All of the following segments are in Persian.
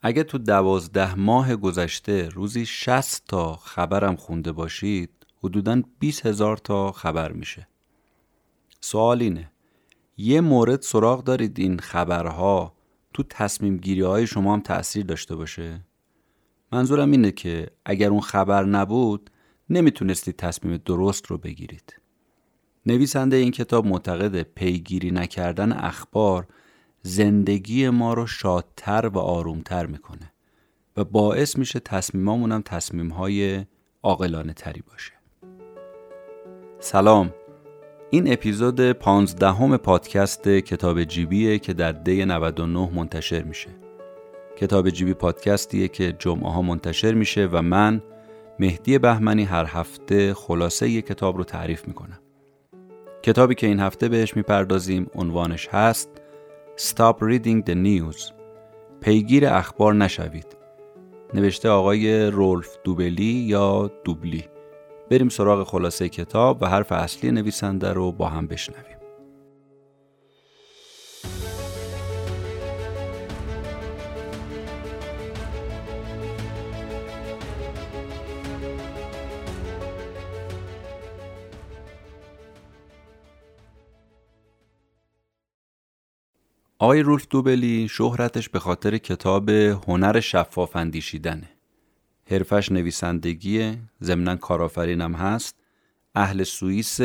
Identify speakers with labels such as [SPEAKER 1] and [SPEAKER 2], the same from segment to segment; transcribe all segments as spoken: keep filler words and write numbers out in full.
[SPEAKER 1] اگه تو دوازده ماه گذشته روزی شصت تا خبرم خونده باشید، حدوداً بیست هزار تا خبر میشه. سوال اینه، یه مورد سراغ دارید این خبرها تو تصمیم گیری های شما هم تأثیر داشته باشه؟ منظورم اینه که اگر اون خبر نبود نمیتونستید تصمیم درست رو بگیرید. نویسنده این کتاب معتقد پیگیری نکردن اخبار زندگی ما رو شادتر و آرومتر میکنه و باعث میشه تصمیمامون هم تصمیمهای عاقلانه تری باشه. سلام، این اپیزود پانزدهم پادکست کتاب جیبیه که در دی نود و نه منتشر میشه. کتاب جیبی پادکستیه که جمعه ها منتشر میشه و من مهدی بهمنی هر هفته خلاصه یک کتاب رو تعریف میکنم. کتابی که این هفته بهش میپردازیم عنوانش هست Stop reading the news. پیگیر اخبار نشوید. نوشته آقای رولف دوبلی یا دوبلی. بریم سراغ خلاصه کتاب و حرف اصلی نویسنده رو با هم بشنویم. آقای رولف دوبلی شهرتش به خاطر کتاب هنر شفاف اندیشیدنه. حرفش نویسندگیه، ضمناً کارآفرینم هست، اهل سوئیس،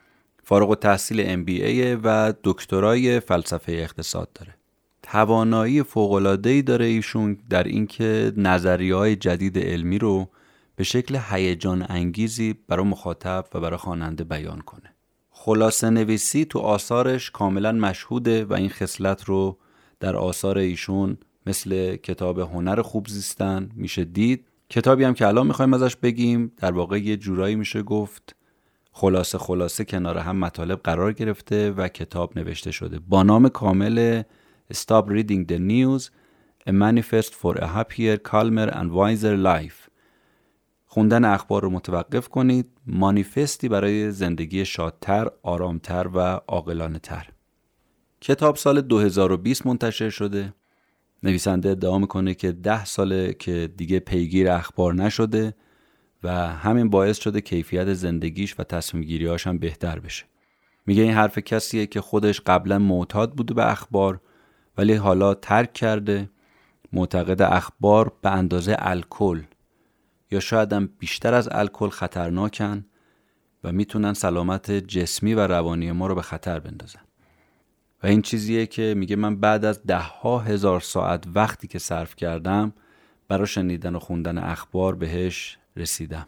[SPEAKER 1] فارغ التحصیل ام بی ای و دکترای فلسفه اقتصاد داره. توانایی فوق‌العاده‌ای داره ایشون در اینکه نظریه‌های جدید علمی رو به شکل هیجان انگیزی برای مخاطب و برای خواننده بیان کنه. خلاصه نویسی تو آثارش کاملا مشهوده و این خصلت رو در آثار ایشون مثل کتاب هنر خوب زیستن میشه دید. کتابی هم که الان میخوایم ازش بگیم در واقع یه جورایی میشه گفت خلاصه خلاصه کنار هم مطالب قرار گرفته و کتاب نوشته شده با نام کامل Stop reading the news, a manifest for a happier, calmer and wiser life. خوندن اخبار رو متوقف کنید، مانیفستی برای زندگی شادتر، آرامتر و عاقلانه تر. کتاب سال دو هزار و بیست منتشر شده. نویسنده ادعا میکنه که ده ساله که دیگه پیگیر اخبار نشده و همین باعث شده کیفیت زندگیش و تصمیم گیری‌هاش هم بهتر بشه. میگه این حرف کسیه که خودش قبلا معتاد بوده به اخبار ولی حالا ترک کرده. معتقد اخبار به اندازه الکل یا شاید هم بیشتر از الکل خطرناکن و میتونن سلامت جسمی و روانی ما رو به خطر بندازن. و این چیزیه که میگه من بعد از ده ها هزار ساعت وقتی که صرف کردم برای شنیدن و خوندن اخبار بهش رسیدم.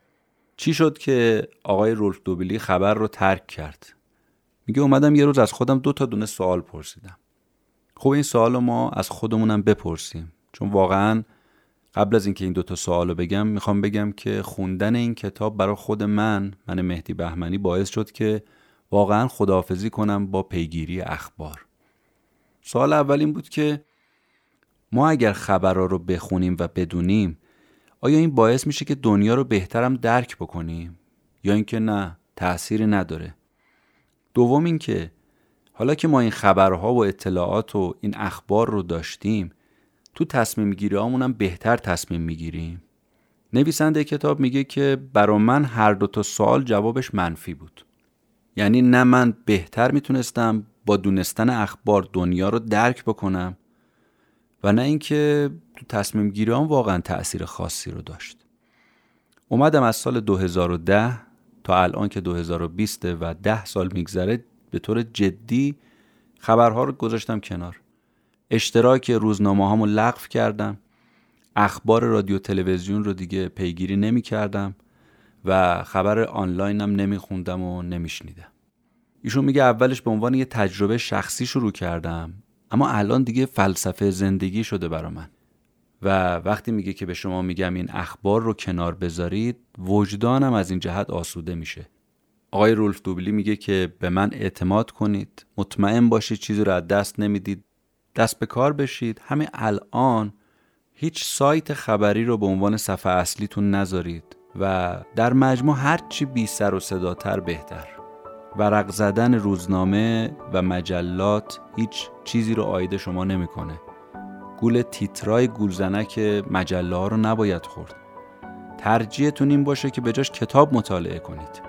[SPEAKER 1] چی شد که آقای رولف دوبلی خبر رو ترک کرد؟ میگه اومدم یه روز از خودم دو تا دونه سوال پرسیدم. خب این سوالو ما از خودمونم بپرسیم، چون واقعاً قبل از اینکه این دوتا سوالو بگم میخوام بگم که خوندن این کتاب برای خود من من مهدی بهمنی باعث شد که واقعا خداحافظی کنم با پیگیری اخبار. سوال اول این بود که ما اگر خبرها رو بخونیم و بدونیم آیا این باعث میشه که دنیا رو بهترم درک بکنیم یا اینکه نه، تأثیری نداره؟ دوم این که حالا که ما این خبرها و اطلاعات و این اخبار رو داشتیم تو تصمیم گیری هامون هم بهتر تصمیم میگیریم؟ نویسنده کتاب میگه که برای من هر دو تا سوال جوابش منفی بود. یعنی نه من بهتر میتونستم با دونستن اخبار دنیا رو درک بکنم و نه اینکه تو تصمیم گیری هام واقعا تأثیر خاصی رو داشت. اومدم از سال دو هزار و ده تا الان که دو هزار و بیست و ده سال میگذره به طور جدی خبرها رو گذاشتم کنار. اشتراک روزنامه هامو لغو کردم. اخبار رادیو تلویزیون رو دیگه پیگیری نمی کردم و خبر آنلاین هم نمی خوندم و نمی شنیدم. ایشون میگه اولش به عنوان یه تجربه شخصی شروع کردم اما الان دیگه فلسفه زندگی شده برا من. و وقتی میگه که به شما میگم این اخبار رو کنار بذارید وجدانم از این جهت آسوده میشه. آقای رولف دوبلی میگه که به من اعتماد کنید، مطمئن باشید چیزی رو از دست نمیدید، دست به کار بشید. همین الان هیچ سایت خبری رو به عنوان صفحه اصلیتون نذارید و در مجموع هر چی بی سر و صداتر بهتر. ورق زدن روزنامه و مجلات هیچ چیزی رو عاید شما نمیکنه. گول تیترای گولزنک مجله ها رو نباید خورد. ترجیحتون این باشه که به جاش کتاب مطالعه کنید.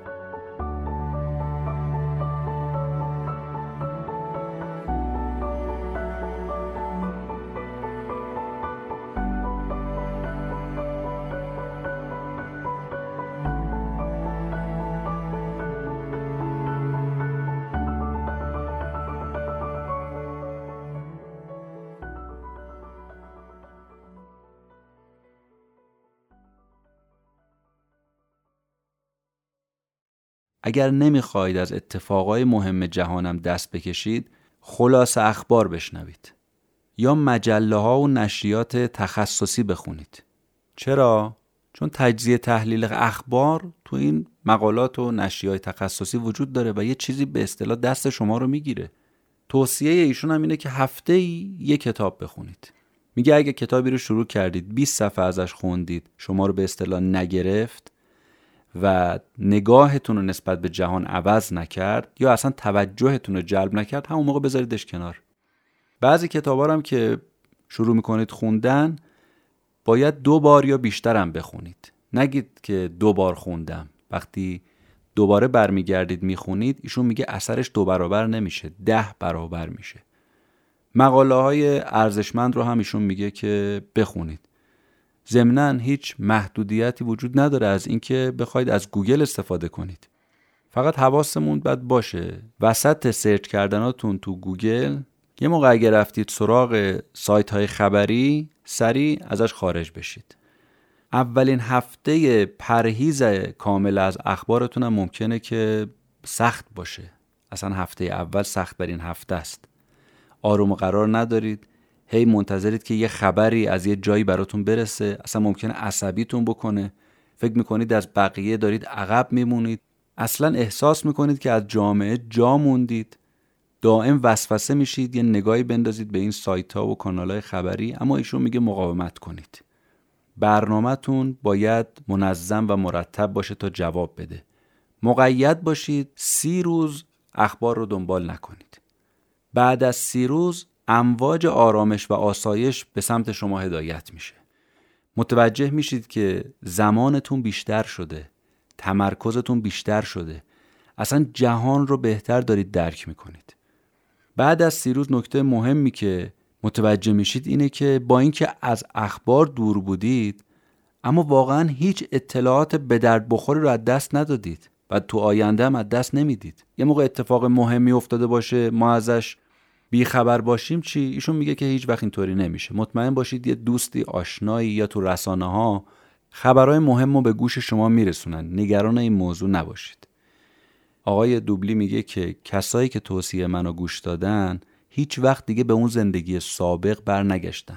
[SPEAKER 1] اگر نمیخواید از اتفاقای مهم جهانم دست بکشید، خلاصه اخبار بشنوید یا مجله ها و نشریات تخصصی بخونید. چرا؟ چون تجزیه تحلیل اخبار تو این مقالات و نشریات تخصصی وجود داره و یه چیزی به اصطلاح دست شما رو میگیره. توصیه ایشون هم اینه که هفته ای یک کتاب بخونید. میگه اگه کتابی رو شروع کردید، بیست صفحه ازش خوندید، شما رو به اصطلاح نگرفت و نگاهتون رو نسبت به جهان عوض نکرد یا اصلا توجهتون رو جلب نکرد، همون موقع بذاریدش کنار. بعضی کتابا هم که شروع میکنید خوندن، باید دو بار یا بیشتر هم بخونید. نگید که دو بار خوندم. وقتی دوباره برمیگردید میخونید، ایشون میگه اثرش دو برابر نمیشه، ده برابر میشه. مقاله های ارزشمند رو هم ایشون میگه که بخونید. ضمناً هیچ محدودیتی وجود نداره از اینکه بخواید از گوگل استفاده کنید. فقط حواسمون باید باشه وسط سرچ کردناتون تو گوگل یه موقع اگه رفتید سراغ سایت های خبری، سریع ازش خارج بشید. اولین هفته پرهیز کامل از اخبارتون هم ممکنه که سخت باشه. اصلا هفته اول سخت برین هفته است. آروم و قرار ندارید، هی منتظرید که یه خبری از یه جایی براتون برسه، اصلا ممکنه عصبیتون بکنه، فکر میکنید از بقیه دارید عقب میمونید، اصلا احساس میکنید که از جامعه جا موندید، دائم وسوسه میشید یه نگاهی بندازید به این سایت ها و کانال های خبری. اما ایشون میگه مقاومت کنید. برنامه‌تون باید منظم و مرتب باشه تا جواب بده. مقید باشید، سی روز اخبار رو دنبال نکنید. بعد از سی روز امواج آرامش و آسایش به سمت شما هدایت میشه. متوجه میشید که زمانتون بیشتر شده، تمرکزتون بیشتر شده، اصلا جهان رو بهتر دارید درک میکنید. بعد از سی روز نکته مهمی که متوجه میشید اینه که با اینکه از اخبار دور بودید، اما واقعا هیچ اطلاعات به درد بخوری رو از دست ندادید و تو آینده هم از دست نمیدید. یه موقع اتفاق مهمی افتاده باشه ما ازش بی خبر باشیم چی؟ ایشون میگه که هیچ وقت اینطوری نمیشه. مطمئن باشید یه دوستی، آشنایی یا تو رسانه ها خبرهای مهم رو به گوش شما میرسونن. نگران این موضوع نباشید. آقای دوبلی میگه که کسایی که توصیه منو گوش دادن هیچ وقت دیگه به اون زندگی سابق بر نگشتن.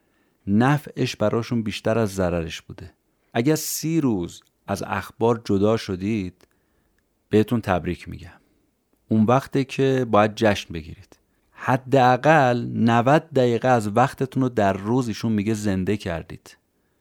[SPEAKER 1] نفعش براشون بیشتر از ضررش بوده. اگر سی روز از اخبار جدا شدید، بهتون تبریک میگم. اون وقته که باید جشن بگیرید. حداقل نود دقیقه از وقتتون رو در روز ایشون میگه زنده کردید.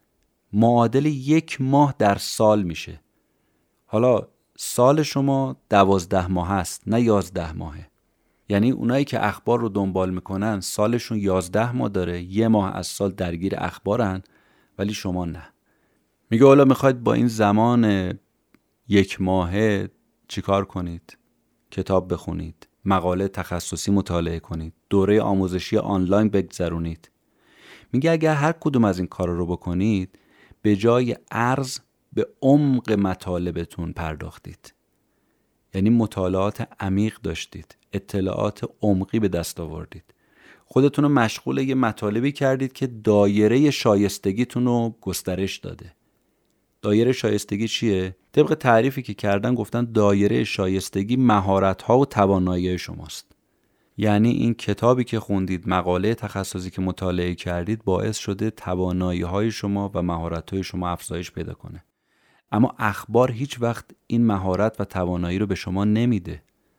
[SPEAKER 1] معادل یک ماه در سال میشه. حالا سال شما دوازده ماه هست، نه یازده ماهه. یعنی اونایی که اخبار رو دنبال میکنن سالشون یازده ماه داره، یه ماه از سال درگیر اخبارن، ولی شما نه. میگه حالا میخواید با این زمان یک ماهه چیکار کنید؟ کتاب بخونید، مقاله تخصصی مطالعه کنید، دوره آموزشی آنلاین بگذرونید. میگه اگر هر کدوم از این کارا رو بکنید، به جای عرض به عمق مطالبتون پرداختید. یعنی مطالعات عمیق داشتید، اطلاعات عمقی به دست آوردید. خودتون رو مشغول یه مطالبی کردید که دایره شایستگیتون رو گسترش داده. دایره شایستگی چیه؟ طبق تعریفی که کردن گفتن دایره شایستگی مهارت‌ها و توانایی شماست. یعنی این کتابی که خوندید، مقاله تخصصی که مطالعه کردید باعث شده توانایی‌های شما و مهارت‌های شما افزایش پیدا کنه. اما اخبار هیچ وقت این مهارت و توانایی رو به شما نمیده.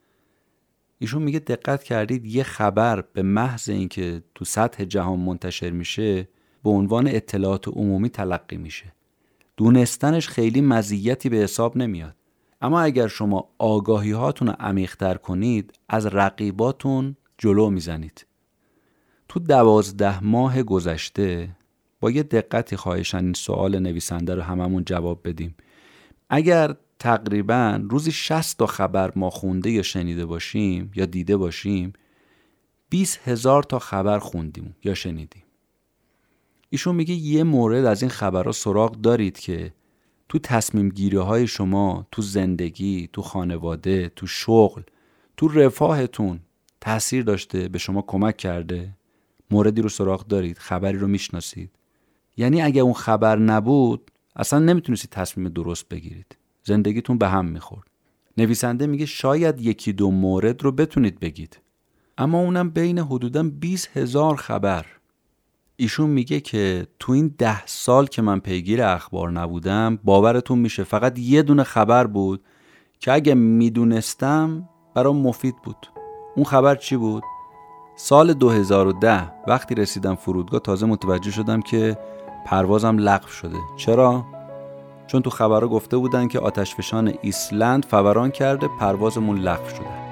[SPEAKER 1] ایشون میگه دقت کردید یه خبر به محض اینکه تو سطح جهان منتشر میشه به عنوان اطلاعات عمومی تلقی میشه. دونستنش خیلی مزیتی به حساب نمیاد. اما اگر شما آگاهی هاتون رو عمیق‌تر کنید، از رقیباتون جلو میزنید. تو دوازده ماه گذشته، با یه دقتی خواهشاً این سوال نویسنده رو هممون جواب بدیم. اگر تقریباً روزی شصت تا خبر ما خونده یا شنیده باشیم یا دیده باشیم، بیست هزار تا خبر خوندیم یا شنیدیم. ایشون میگه یه مورد از این خبرها سراغ دارید که تو تصمیم گیری های شما، تو زندگی، تو خانواده، تو شغل، تو رفاهتون تأثیر داشته، به شما کمک کرده؟ موردی رو سراغ دارید؟ خبری رو میشناسید؟ یعنی اگه اون خبر نبود اصلا نمیتونستید تصمیم درست بگیرید، زندگیتون به هم میخورد. نویسنده میگه شاید یکی دو مورد رو بتونید بگید، اما اونم بین حدوداً بیست هزار خبر. ایشون میگه که تو این ده سال که من پیگیر اخبار نبودم، باورتون میشه فقط یه دونه خبر بود که اگه میدونستم برام مفید بود. اون خبر چی بود؟ سال دو هزار و ده وقتی رسیدم فرودگاه تازه متوجه شدم که پروازم لغو شده. چرا؟ چون تو خبرها گفته بودن که آتشفشان ایسلند فوران کرده، پروازمون لغو شده.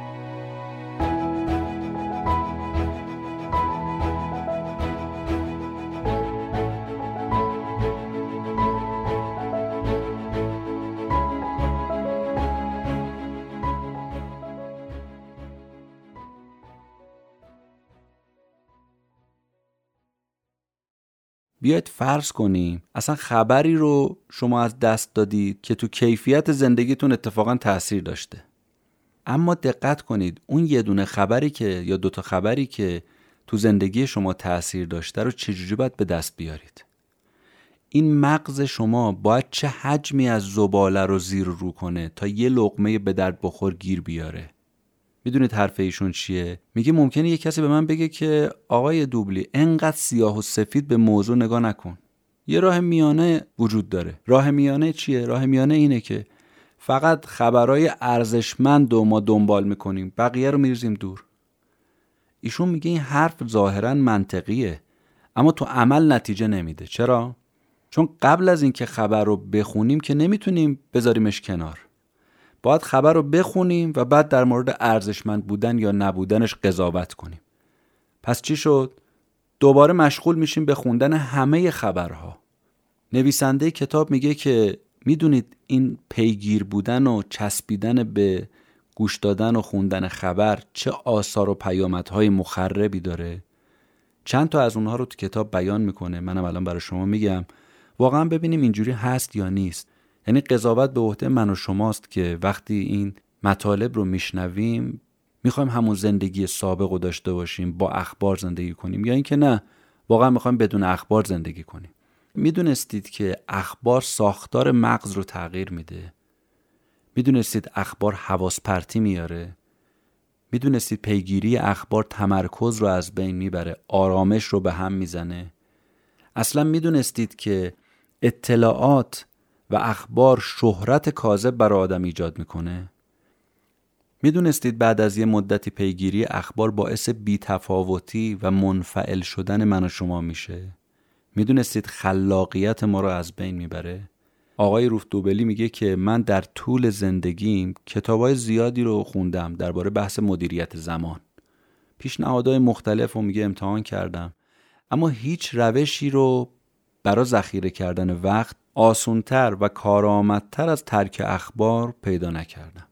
[SPEAKER 1] بیایید فرض کنیم اصلا خبری رو شما از دست دادید که تو کیفیت زندگیتون اتفاقا تأثیر داشته. اما دقت کنید اون یه دونه خبری که یا دوتا خبری که تو زندگی شما تأثیر داشته رو چجوری باید به دست بیارید؟ این مغز شما باید چه حجمی از زباله رو زیر رو کنه تا یه لقمه به درد بخور گیر بیاره؟ میدونید حرف ایشون چیه؟ میگه ممکنه یه کسی به من بگه که آقای دوبلی انقدر سیاه و سفید به موضوع نگاه نکن. یه راه میانه وجود داره. راه میانه چیه؟ راه میانه اینه که فقط خبرای ارزشمند رو ما دنبال میکنیم، بقیه رو میریزیم دور. ایشون میگه این حرف ظاهراً منطقیه، اما تو عمل نتیجه نمیده. چرا؟ چون قبل از اینکه خبر رو بخونیم که نمیتونیم بذاریمش کنار. باید خبر رو بخونیم و بعد در مورد ارزشمند بودن یا نبودنش قضاوت کنیم. پس چی شد؟ دوباره مشغول میشیم به خوندن همه خبرها. نویسنده کتاب میگه که میدونید این پیگیر بودن و چسبیدن به گوش دادن و خوندن خبر چه آثار و پیامدهای مخربی داره؟ چند تا از اونها رو تو کتاب بیان میکنه، منم الان برای شما میگم، واقعا ببینیم اینجوری هست یا نیست. یعنی قضاوت به عهده من و شماست که وقتی این مطالب رو میشنویم میخوایم همون زندگی سابق رو داشته باشیم، با اخبار زندگی کنیم، یا اینکه نه واقعا میخوایم بدون اخبار زندگی کنیم. میدونستید که اخبار ساختار مغز رو تغییر میده؟ میدونستید اخبار حواس پرتی میاره؟ میدونستید پیگیری اخبار تمرکز رو از بین میبره، آرامش رو به هم میزنه؟ اصلا میدونستید که اطلاعات و اخبار شهرت کاذب برای آدم ایجاد میکنه؟ میدونستید بعد از یه مدتی پیگیری اخبار باعث بی‌تفاوتی و منفعل شدن من و شما میشه؟ میدونستید خلاقیت ما رو از بین میبره؟ آقای روف دوبلی میگه که من در طول زندگیم کتابای زیادی رو خوندم درباره بحث مدیریت زمان. پیشنهادهای مختلف رو میگه امتحان کردم، اما هیچ روشی رو برای ذخیره کردن وقت آسان‌تر و کارآمدتر از ترک اخبار پیدا نکردم.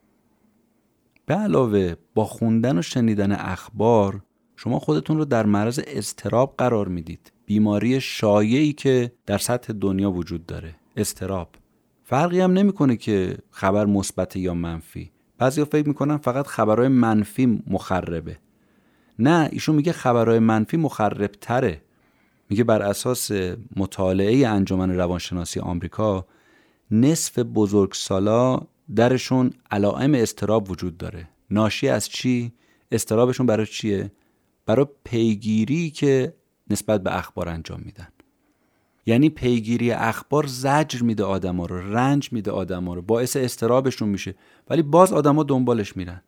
[SPEAKER 1] به علاوه با خوندن و شنیدن اخبار شما خودتون رو در معرض اضطراب قرار میدید. بیماری شایعی که در سطح دنیا وجود داره، اضطراب. فرقی هم نمیکنه که خبر مثبت یا منفی. بعضیا فکر میکنن فقط خبرهای منفی مخربه. نه، ایشون میگه خبرهای منفی مخرب تره. میگه بر اساس مطالعه انجمن روانشناسی آمریکا نصف بزرگسالا درشون علائم اضطراب وجود داره. ناشی از چی؟ اضطرابشون برای چیه؟ برای پیگیری که نسبت به اخبار انجام میدن. یعنی پیگیری اخبار زجر میده آدما رو، رنج میده آدما رو، باعث اضطرابشون میشه، ولی باز آدما دنبالش میرن.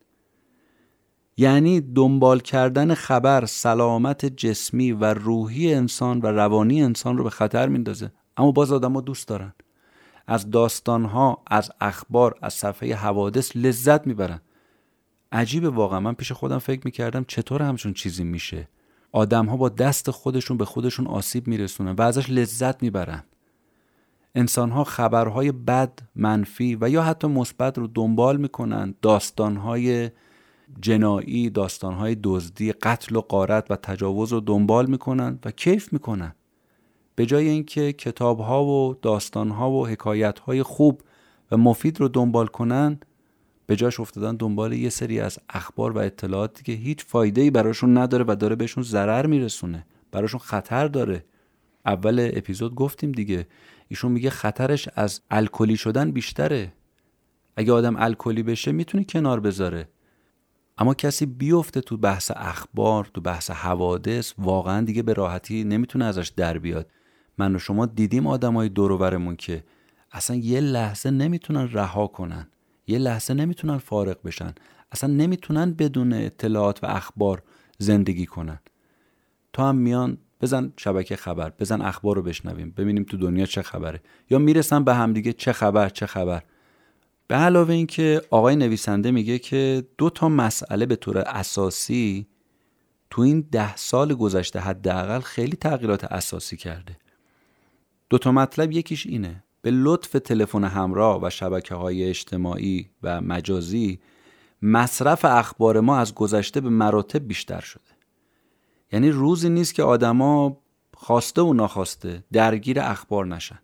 [SPEAKER 1] یعنی دنبال کردن خبر سلامت جسمی و روحی انسان و روانی انسان رو به خطر میندازه، اما باز آدما دوست دارن. از داستانها، از اخبار، از صفحه حوادث لذت میبرن. عجیبه واقعا. من پیش خودم فکر میکردم چطور همچون چیزی میشه. آدم‌ها با دست خودشون به خودشون آسیب میرسونن و ازش لذت میبرن. انسان‌ها خبرهای بد، منفی و یا حتی مثبت رو دنبال میکنن، داستان‌های جنایی، داستان‌های دزدی، قتل و غارت و تجاوز رو دنبال میکنن و کیف میکنن. به جای اینکه کتاب‌ها و داستان‌ها و حکایت‌های خوب و مفید رو دنبال کنن، به جاش افتادن دنبال یه سری از اخبار و اطلاعاتی که هیچ فایده‌ای براشون نداره و داره بهشون ضرر میرسونه، براشون خطر داره. اول اپیزود گفتیم دیگه، ایشون میگه خطرش از الکلی شدن بیشتره. اگه آدم الکلی بشه میتونه کنار بذاره، اما کسی بیفته تو بحث اخبار، تو بحث حوادث، واقعا دیگه به راحتی نمیتونه ازش در بیاد. من و شما دیدیم آدمای دور و برمون که اصلا یه لحظه نمیتونن رها کنن، یه لحظه نمیتونن فارغ بشن، اصلا نمیتونن بدون اطلاعات و اخبار زندگی کنن. تو هم میان بزن شبکه خبر، بزن اخبار رو بشنویم، ببینیم تو دنیا چه خبره، یا میرسن به هم دیگه چه خبر چه خبر. به علاوه این که آقای نویسنده میگه که دو تا مسئله به طور اساسی تو این ده سال گذشته حداقل خیلی تغییرات اساسی کرده. دو تا مطلب، یکیش اینه: به لطف تلفن همراه و شبکه‌های اجتماعی و مجازی مصرف اخبار ما از گذشته به مراتب بیشتر شده. یعنی روزی نیست که آدما خواسته و ناخواسته درگیر اخبار نشن.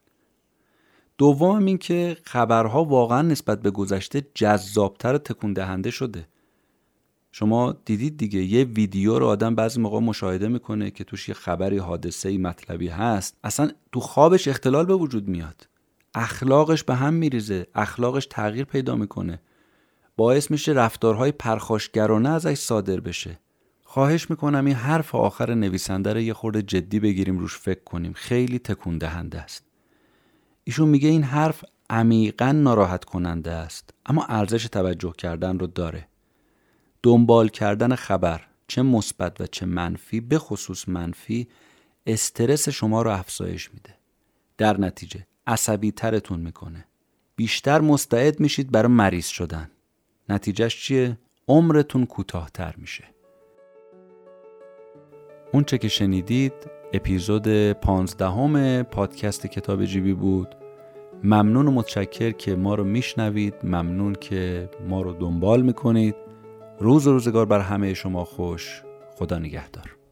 [SPEAKER 1] دوم این که خبرها واقعا نسبت به گذشته جذابتر و تکون دهنده شده. شما دیدید دیگه، یه ویدیو رو آدم بعضی موقع مشاهده میکنه که توش یه خبری، حادثه‌ای، مطلبی هست، اصلا تو خوابش اختلال به وجود میاد، اخلاقش به هم میریزه، اخلاقش تغییر پیدا میکنه، باعث میشه رفتارهای پرخاشگرانه ازش صادر بشه. خواهش میکنم این حرف آخر نویسنده رو یه خورده جدی بگیریم، روش فکر کنیم، خیلی تکون دهنده است. ایشون میگه این حرف عمیقاً ناراحت کننده است، اما ارزش توجه کردن رو داره. دنبال کردن خبر، چه مثبت و چه منفی، به خصوص منفی، استرس شما رو افزایش میده. در نتیجه عصبی ترتون میکنه. بیشتر مستعد میشید برای مریض شدن. نتیجهش چیه؟ عمرتون کوتاه‌تر میشه. اون چه که شنیدید اپیزود پانزدهم پادکست کتاب جیبی بود. ممنون و متشکر که ما رو میشنوید، ممنون که ما رو دنبال میکنید. روز و روزگار بر همه شما خوش. خدا نگهدار.